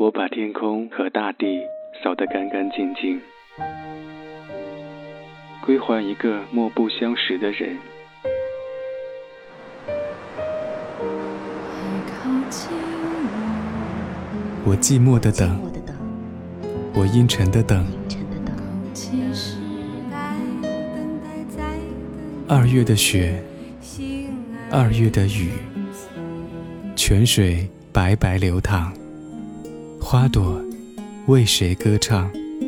我把天空和大地扫得干干净净，归还一个莫不相识的人。 我寂寞的等，我阴沉的等，2月的雪，2月的雨，泉水白白流淌，花朵为谁歌唱？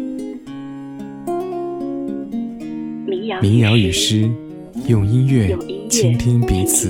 民谣与诗，用音乐倾听彼此。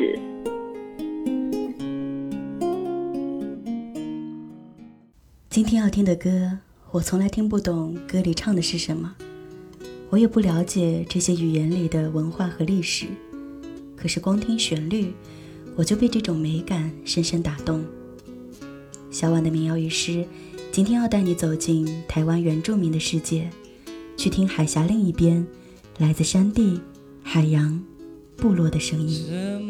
今天要听的歌，我从来听不懂歌里唱的是什么，我也不了解这些语言里的文化和历史，可是光听旋律，我就被这种美感深深打动。小婉的民谣与诗，今天要带你走进台湾原住民的世界，去听海峡另一边来自山地、海洋、部落的声音。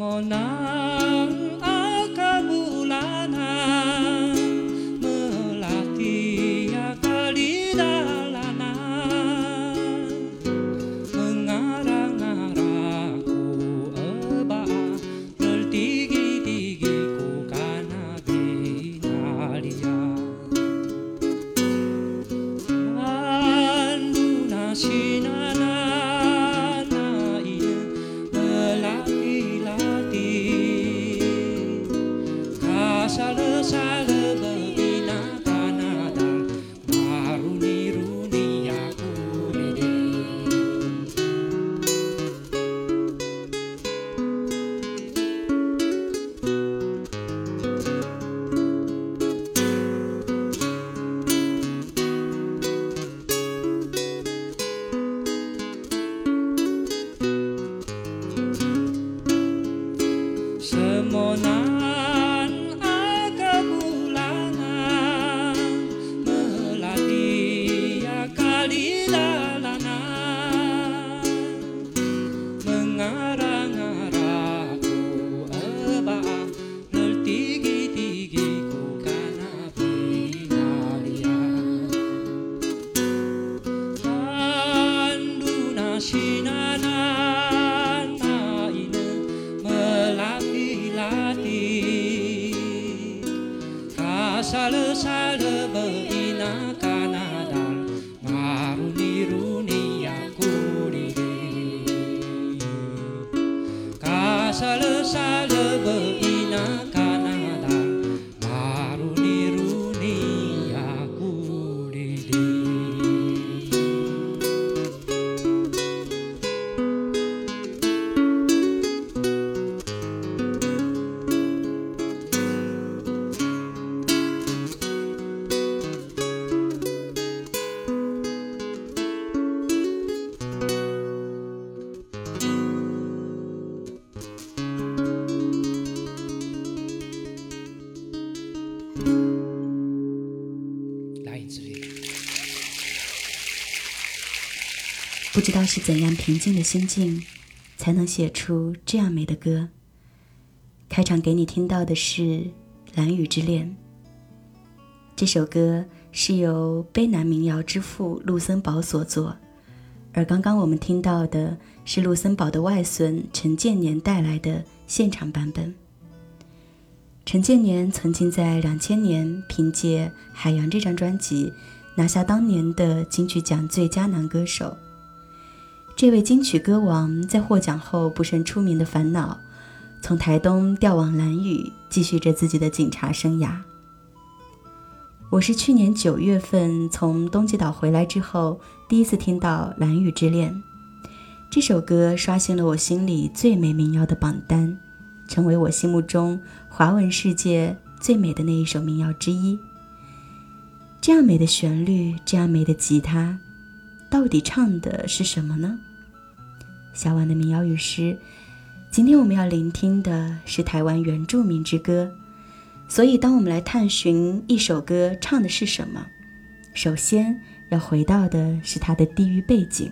不知道是怎样平静的心境，才能写出这样美的歌。开场给你听到的是《兰屿之恋》，这首歌是由卑南民谣之父陆森堡所作，而刚刚我们听到的是陆森堡的外孙陈建年带来的现场版本。陈建年曾经在2000年凭借《海洋》这张专辑拿下当年的金曲奖最佳男歌手。这位金曲歌王在获奖后不甚出名的烦恼，从台东调往兰屿，继续着自己的警察生涯。我是去年9月份从东极岛回来之后，第一次听到《兰屿之恋》这首歌，刷新了我心里最美民谣的榜单，成为我心目中华文世界最美的那一首民谣之一。这样美的旋律，这样美的吉他，到底唱的是什么呢？小婉的民谣与诗，今天我们要聆听的是台湾原住民之歌。所以当我们来探寻一首歌唱的是什么，首先要回到的是它的地域背景。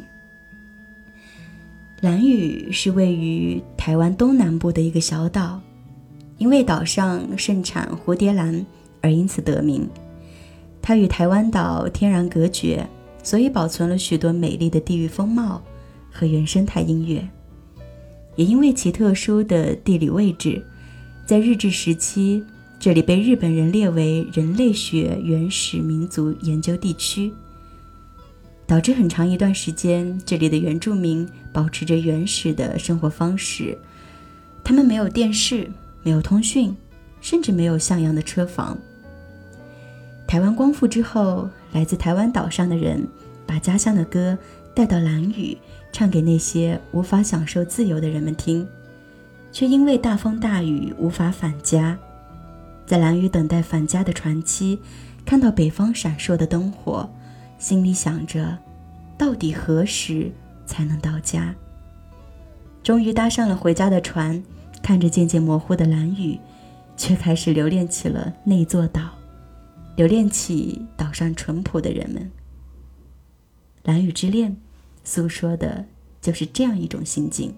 兰屿是位于台湾东南部的一个小岛，因为岛上盛产蝴蝶兰而因此得名。 它与台湾岛天然隔绝，所以保存了许多美丽的地域风貌和原生态音乐。也因为其特殊的地理位置，在日治时期，这里被日本人列为人类学原始民族研究地区，导致很长一段时间，这里的原住民保持着原始的生活方式。他们没有电视，没有通讯，甚至没有像样的车房。台湾光复之后，来自台湾岛上的人把家乡的歌带到兰屿，唱给那些无法享受自由的人们听，却因为大风大雨无法返家。在兰屿等待返家的船期，看到北方闪烁的灯火，心里想着到底何时才能到家。终于搭上了回家的船，看着渐渐模糊的兰屿，却开始留恋起了那座岛，留恋起岛上淳朴的人们。兰屿之恋诉说的就是这样一种心境。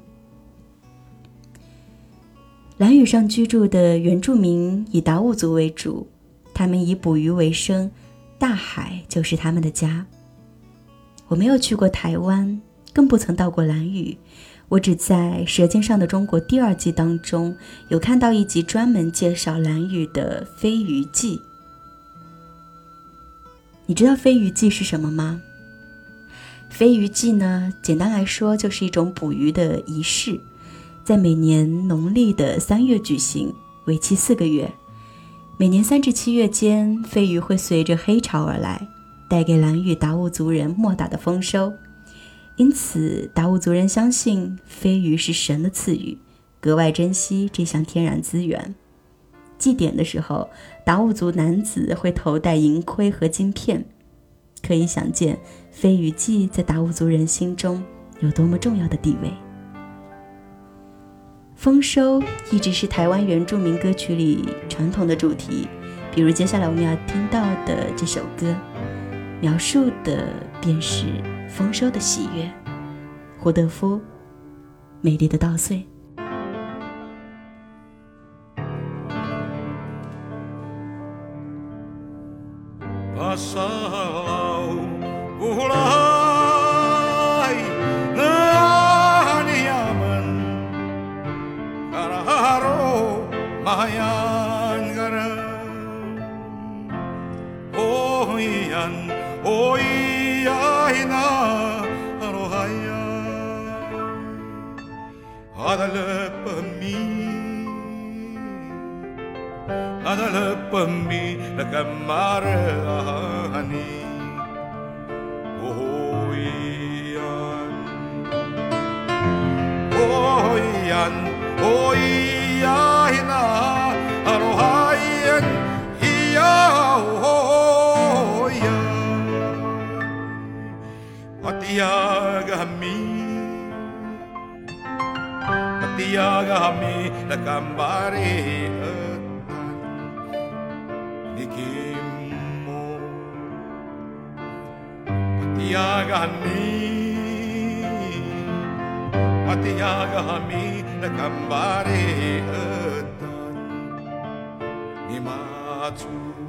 兰屿上居住的原住民以达悟族为主，他们以捕鱼为生，大海就是他们的家。我没有去过台湾，更不曾到过兰屿，我只在《舌尖上的中国》第2季当中有看到一集专门介绍兰屿的飞鱼祭。你知道飞鱼祭是什么吗？飞鱼祭呢，简单来说就是一种捕鱼的仪式，在每年农历的3月举行，为期4个月。每年3至7月间，飞鱼会随着黑潮而来，带给兰屿达悟族人莫大的丰收。因此达悟族人相信飞鱼是神的赐予，格外珍惜这项天然资源。祭典的时候，达悟族男子会头戴银盔和金片，可以想见飞鱼祭在达悟族人心中有多么重要的地位。丰收一直是台湾原住民歌曲里传统的主题，比如接下来我们要听到的这首歌，描述的便是丰收的喜悦。胡德夫，美丽的稻穗。 Tiagami na kambari nikim mo Tiagami na kambari ni matsu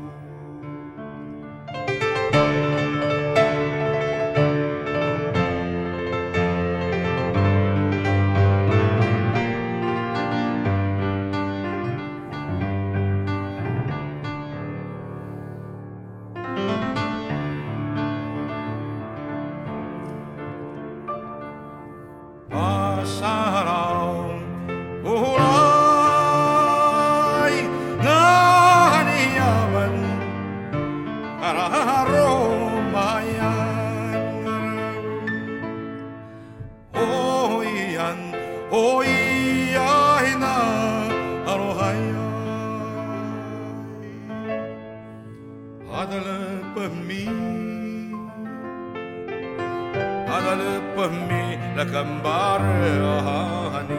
la kambarani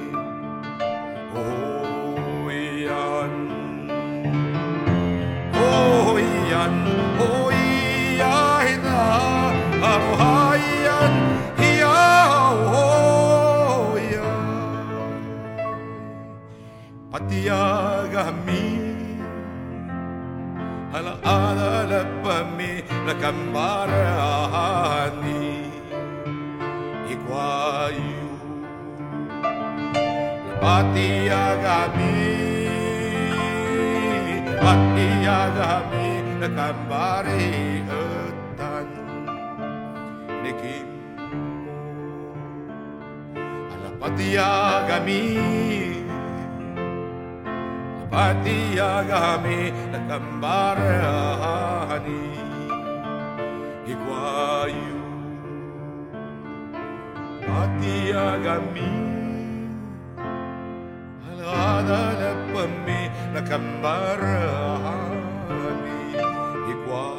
oh yan na arohayan hiya oh yan patiagami Ala ada pami la kambarani Iguayu Pati agami la kambari etan Nikimmo Ala pati agami la kambarani Iguayu Pati agami Alada la pami la kambarani Iguayu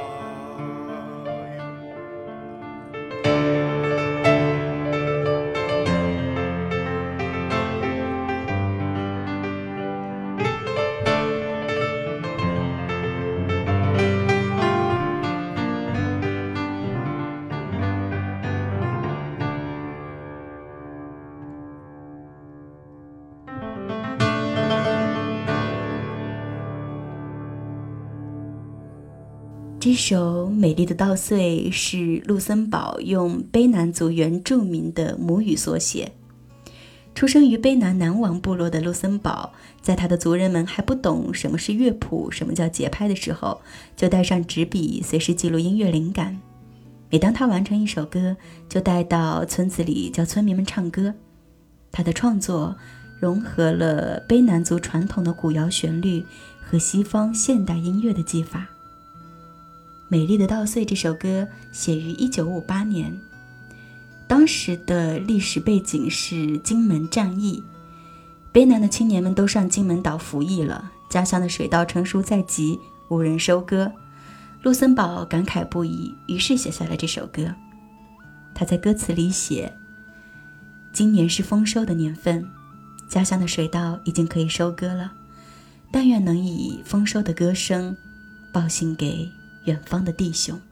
这首《美丽的稻穗》是陆森堡用卑南族原住民的母语所写。出生于卑南南王部落的陆森堡，在他的族人们还不懂什么是乐谱，什么叫节拍的时候，就带上纸笔，随时记录音乐灵感。每当他完成一首歌，就带到村子里教村民们唱歌。他的创作融合了卑南族传统的古谣旋律和西方现代音乐的技法。《美丽的稻穗》这首歌写于1958年，当时的历史背景是金门战役，卑南的青年们都上金门岛服役了，家乡的水稻成熟在即，无人收割。陆森堡感慨不已，于是写下了这首歌。他在歌词里写：今年是丰收的年份，家乡的水稻已经可以收割了，但愿能以丰收的歌声报信给远方的弟兄。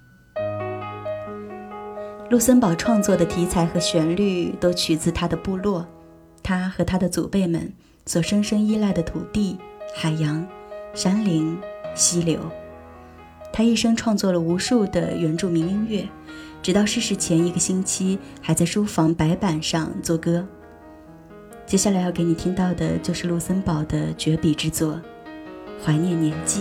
陆森堡创作的题材和旋律都取自他的部落，他和他的祖辈们所深深依赖的土地、海洋、山林、溪流。他一生创作了无数的原住民音乐，直到逝世前1个星期还在书房白板上作歌。接下来要给你听到的就是陆森堡的绝笔之作《怀念年纪》。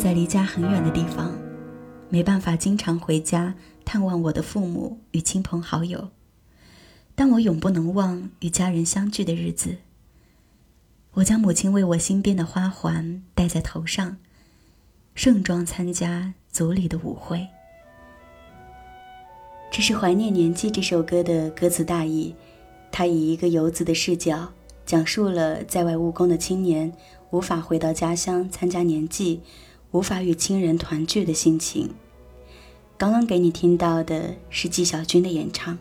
在离家很远的地方，没办法经常回家探望我的父母与亲朋好友，但我永不能忘与家人相聚的日子。我将母亲为我新编的花环戴在头上，盛装参加族里的舞会。这是《怀念年纪》这首歌的歌词大意，它以一个游子的视角，讲述了在外务工的青年无法回到家乡参加年祭，无法与亲人团聚的心情。刚刚给你听到的是纪晓君的演唱。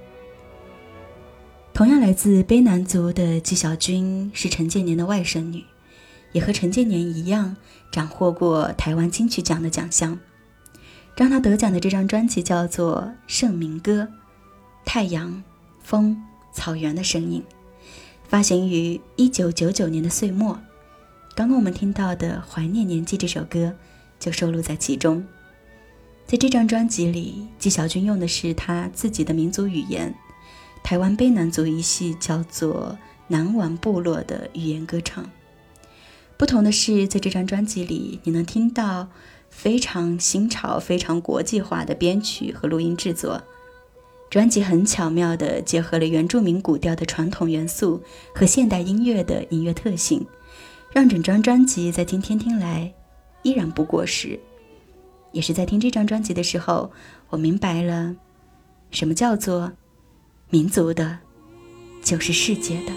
同样来自卑南族的纪晓君是陈建年的外甥女，也和陈建年一样斩获过台湾金曲奖的奖项。让她得奖的这张专辑叫做《圣明歌》，太阳、风、草原的声音，发行于1999年的岁末。刚刚我们听到的《怀念年纪》这首歌就收录在其中。在这张专辑里，纪晓君用的是他自己的民族语言，台湾卑南族一系叫做南顽部落的语言歌唱。不同的是，在这张专辑里，你能听到非常新潮、非常国际化的编曲和录音制作。专辑很巧妙地结合了原住民古调的传统元素和现代音乐的音乐特性，让整张专辑在今天听来依然不过时。也是在听这张专辑的时候，我明白了什么叫做民族的就是世界的。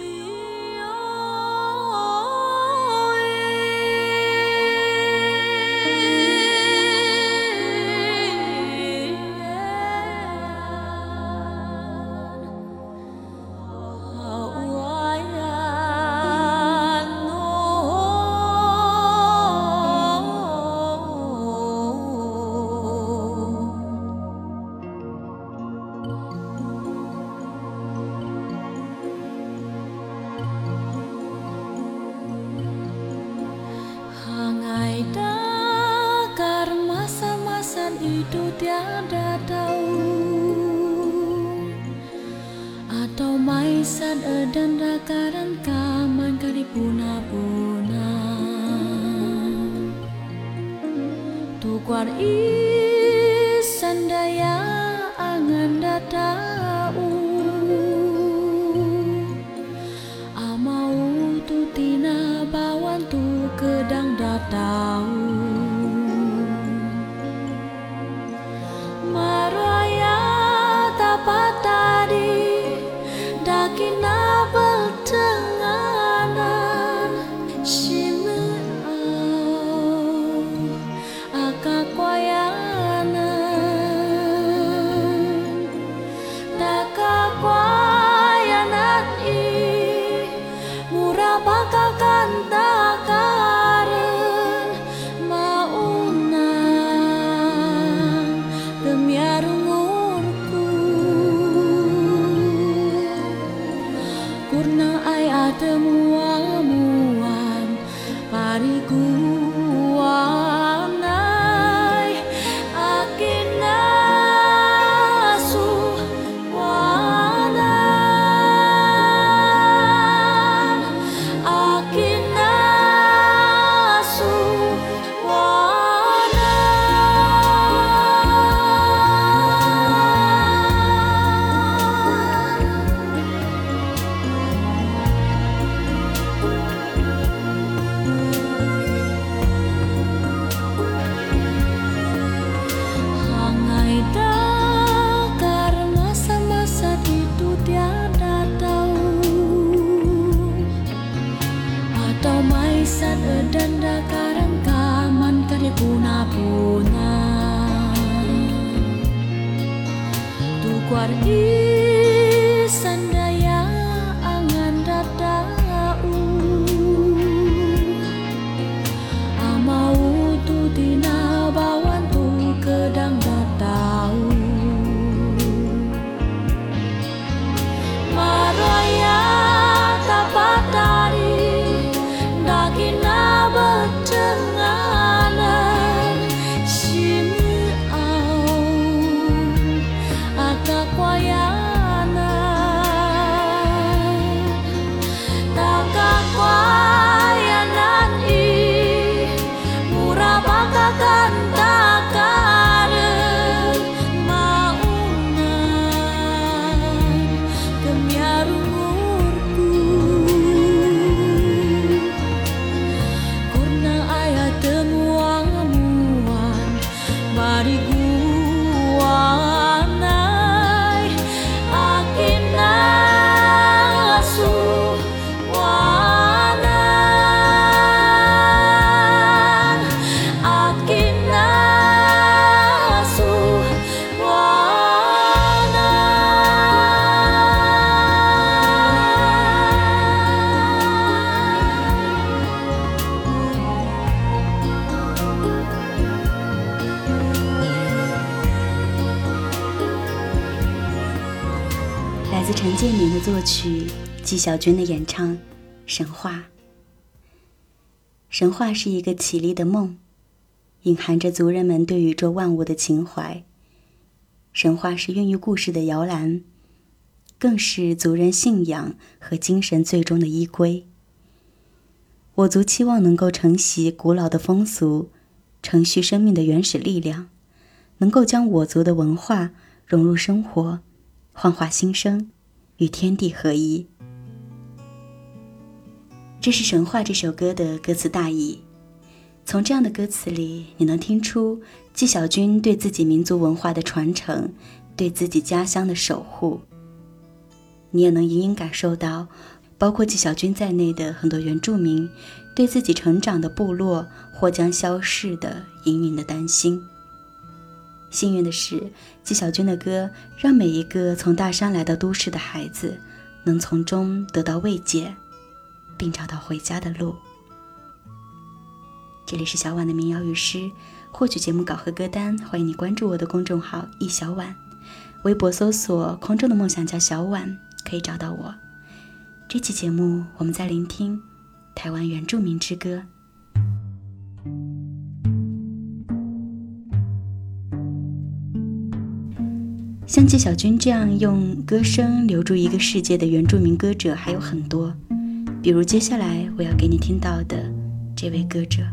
Itu tiada tahu atau maisan edan dakaran kaman kari puna-puna tukwar isan daya angan datau amau tu tina bawan tu kedang datau Mariguanay akin na suwanan, akin na 来自陈建年的作曲，纪晓君的演唱，《神话》。神话是一个绮丽的梦，隐含着族人们对宇宙万物的情怀。神话是孕育故事的摇篮，更是族人信仰和精神最终的依归。我族期望能够承袭古老的风俗，承续生命的原始力量，能够将我族的文化融入生活，幻化新生，与天地合一。这是《神话》这首歌的歌词大意。从这样的歌词里，你能听出纪晓君对自己民族文化的传承，对自己家乡的守护。你也能隐隐感受到，包括纪晓君在内的很多原住民对自己成长的部落或将消逝的隐隐的担心。幸运的是，纪晓君的歌让每一个从大山来到都市的孩子能从中得到慰藉，并找到回家的路。这里是小婉的民谣与诗，获取节目稿和歌单，欢迎你关注我的公众号一小婉，微博搜索空中的梦想家小婉，可以找到我。这期节目我们在聆听台湾原住民之歌。像纪晓君这样用歌声留住一个世界的原住民歌者还有很多，比如接下来我要给你听到的这位歌者。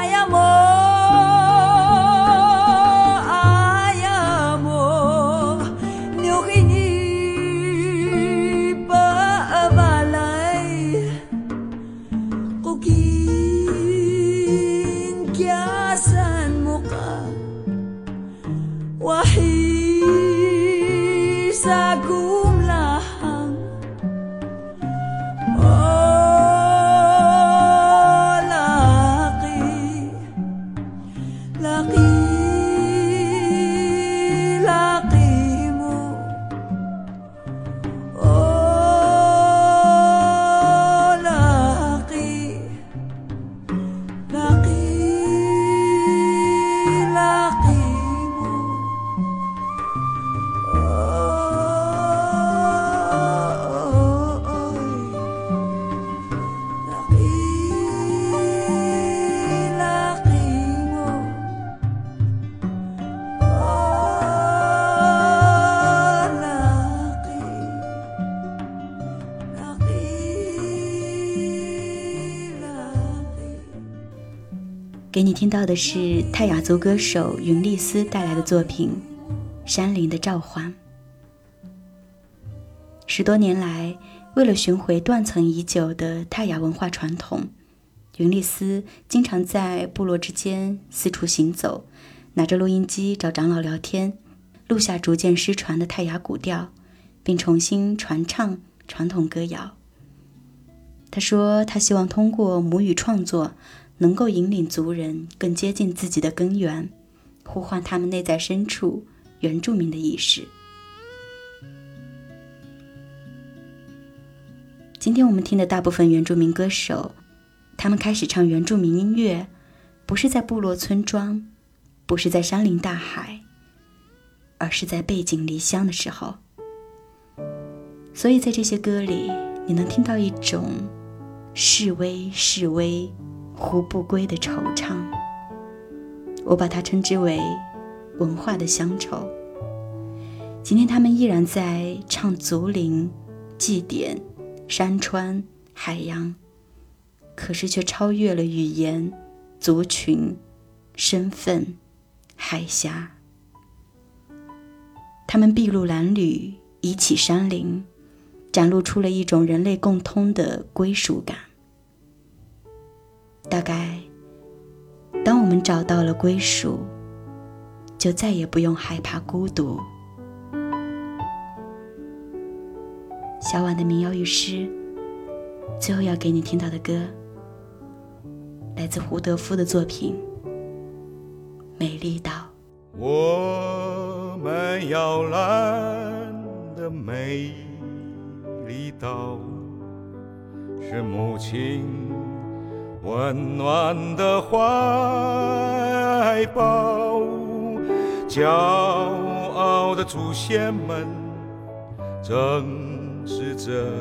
给你听到的是泰雅族歌手云丽丝带来的作品《山林的召唤》。10多年来，为了寻回断层已久的泰雅文化传统，云丽丝经常在部落之间四处行走，拿着录音机找长老聊天，录下逐渐失传的泰雅古调，并重新传唱传统歌谣。他说，他希望通过母语创作能够引领族人更接近自己的根源，呼唤他们内在深处原住民的意识。今天我们听的大部分原住民歌手，他们开始唱原住民音乐，不是在部落村庄，不是在山林大海，而是在背井离乡的时候。所以在这些歌里，你能听到一种示威胡不归的惆怅，我把它称之为文化的乡愁。今天他们依然在唱族灵、祭典、山川、海洋，可是却超越了语言、族群、身份、海峡。他们筚路蓝缕，移起山林，展露出了一种人类共通的归属感。大概当我们找到了归属，就再也不用害怕孤独。小婉的民谣与诗，最后要给你听到的歌，来自胡德夫的作品《美丽岛》。 我们摇篮的美丽岛，是母亲温暖的怀抱，骄傲的祖先们正视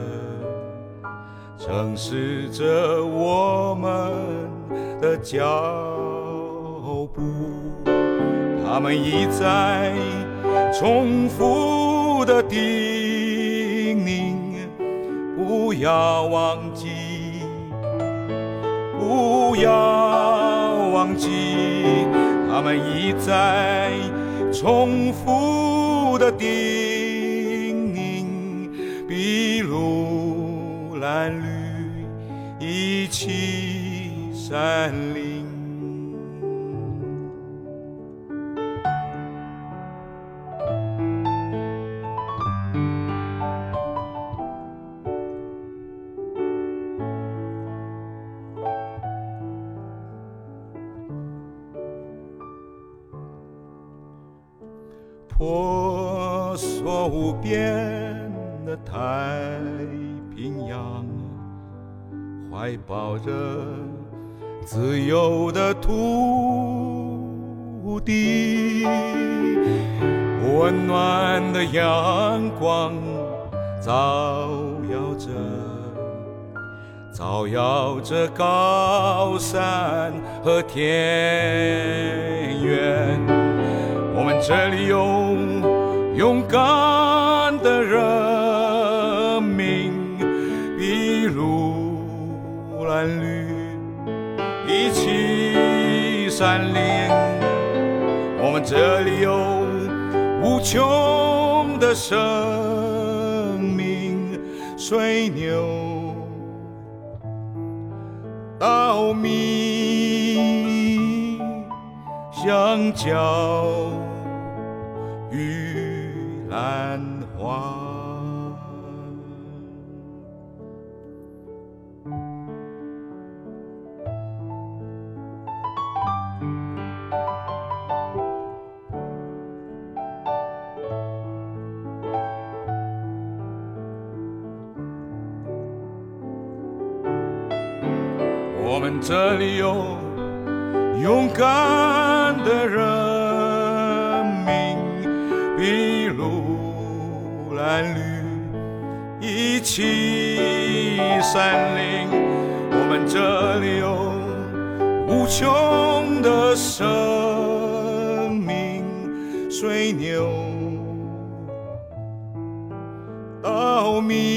着我们的脚步，他们一再重复的叮咛，不要忘记，不要忘记，他们一再重复的叮咛，筚路蓝缕，一起山林。婆娑无边的太平洋，怀抱着自由的土地，温暖的阳光照耀着高山和田园。我们这里有勇敢的人民，筚路蓝缕，一起山林，我们这里有无穷的生命，水牛、稻米、香蕉、玉兰花。我们这里有勇敢的人民，筚路蓝缕一起山林。我们这里有无穷的生命，水牛、稻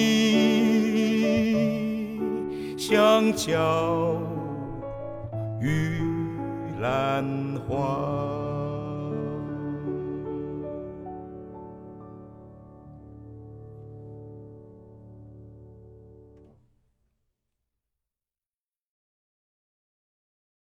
米、香蕉、玉兰花。